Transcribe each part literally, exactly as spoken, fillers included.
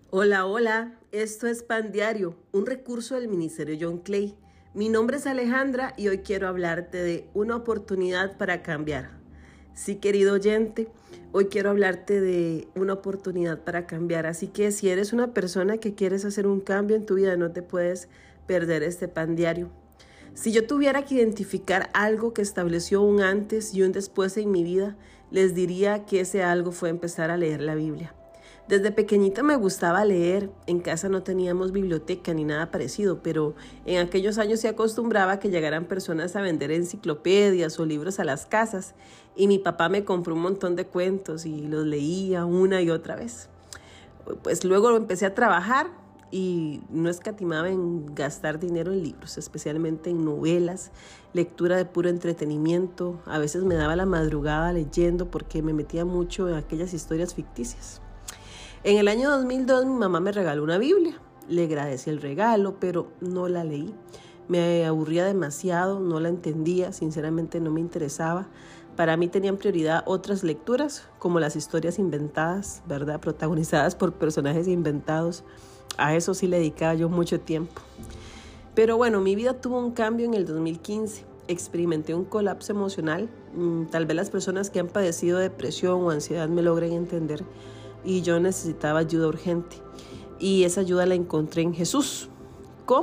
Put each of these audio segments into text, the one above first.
Hola, hola, esto es Pan Diario, un recurso del Ministerio John Clay. Mi nombre es Alejandra y hoy quiero hablarte de una oportunidad para cambiar. Sí, querido oyente, hoy quiero hablarte de una oportunidad para cambiar. Así que si eres una persona que quieres hacer un cambio en tu vida, no te puedes perder este Pan Diario. Si yo tuviera que identificar algo que estableció un antes y un después en mi vida, les diría que ese algo fue empezar a leer la Biblia. Desde pequeñita me gustaba leer, en casa no teníamos biblioteca ni nada parecido, pero en aquellos años se acostumbraba a que llegaran personas a vender enciclopedias o libros a las casas y mi papá me compró un montón de cuentos y los leía una y otra vez. Pues luego empecé a trabajar y no escatimaba en gastar dinero en libros, especialmente en novelas, lectura de puro entretenimiento. A veces me daba la madrugada leyendo porque me metía mucho en aquellas historias ficticias. En el año dos mil dos mi mamá me regaló una Biblia. Le agradecí el regalo, pero no la leí. Me aburría demasiado, no la entendía, sinceramente no me interesaba. Para mí tenían prioridad otras lecturas, como las historias inventadas, ¿verdad? Protagonizadas por personajes inventados. A eso sí le dedicaba yo mucho tiempo. Pero bueno, mi vida tuvo un cambio en el dos mil quince. Experimenté un colapso emocional. Tal vez las personas que han padecido depresión o ansiedad me logren entender. Y yo necesitaba ayuda urgente. Y esa ayuda la encontré en Jesús. ¿Cómo?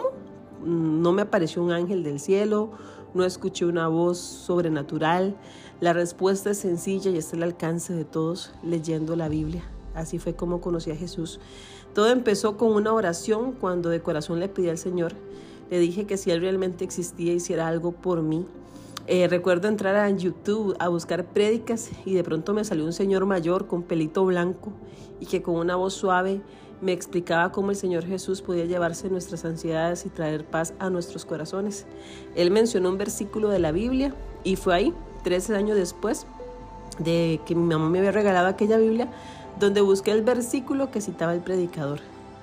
No me apareció un ángel del cielo, no escuché una voz sobrenatural. La respuesta es sencilla y está al alcance de todos leyendo la Biblia. Así fue como conocí a Jesús. Todo empezó con una oración cuando de corazón le pedí al Señor. Le dije que si Él realmente existía, hiciera algo por mí. Eh, recuerdo entrar a YouTube a buscar prédicas y de pronto me salió un señor mayor con pelito blanco y que con una voz suave me explicaba cómo el Señor Jesús podía llevarse nuestras ansiedades y traer paz a nuestros corazones. Él mencionó un versículo de la Biblia y fue ahí, trece años después de que mi mamá me había regalado aquella Biblia, donde busqué el versículo que citaba el predicador.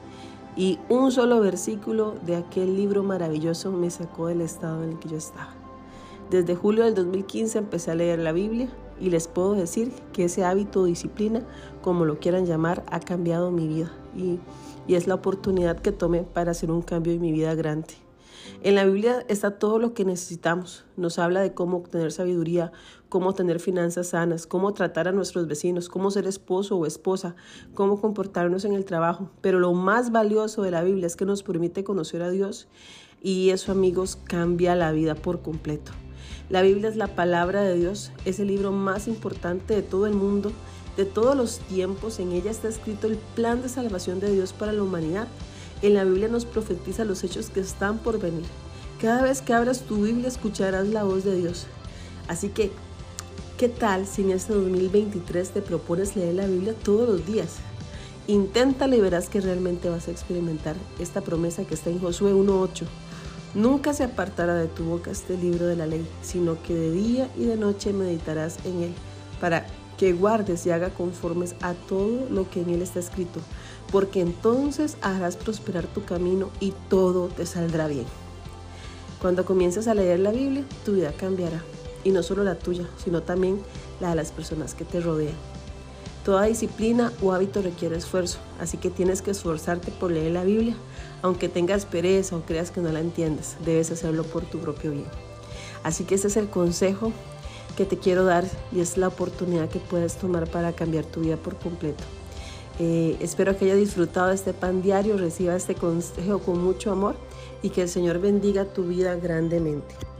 Y un solo versículo de aquel libro maravilloso me sacó del estado en el que yo estaba. Desde julio del dos mil quince empecé a leer la Biblia y les puedo decir que ese hábito o disciplina, como lo quieran llamar, ha cambiado mi vida y, y es la oportunidad que tomé para hacer un cambio en mi vida grande. En la Biblia está todo lo que necesitamos. Nos habla de cómo obtener sabiduría, cómo tener finanzas sanas, cómo tratar a nuestros vecinos, cómo ser esposo o esposa, cómo comportarnos en el trabajo. Pero lo más valioso de la Biblia es que nos permite conocer a Dios y eso, amigos, cambia la vida por completo. La Biblia es la palabra de Dios, es el libro más importante de todo el mundo, de todos los tiempos. En ella está escrito el plan de salvación de Dios para la humanidad. En la Biblia nos profetiza los hechos que están por venir. Cada vez que abras tu Biblia escucharás la voz de Dios. Así que, ¿qué tal si en este dos mil veintitrés te propones leer la Biblia todos los días? Inténtalo y verás que realmente vas a experimentar esta promesa que está en Josué uno ocho. Nunca se apartará de tu boca este libro de la ley, sino que de día y de noche meditarás en él, para que guardes y hagas conformes a todo lo que en él está escrito, porque entonces harás prosperar tu camino y todo te saldrá bien. Cuando comiences a leer la Biblia, tu vida cambiará, y no solo la tuya, sino también la de las personas que te rodean. Toda disciplina o hábito requiere esfuerzo, así que tienes que esforzarte por leer la Biblia. Aunque tengas pereza o creas que no la entiendes, debes hacerlo por tu propio bien. Así que ese es el consejo que te quiero dar y es la oportunidad que puedes tomar para cambiar tu vida por completo. Eh, espero que hayas disfrutado de este pan diario, reciba este consejo con mucho amor y que el Señor bendiga tu vida grandemente.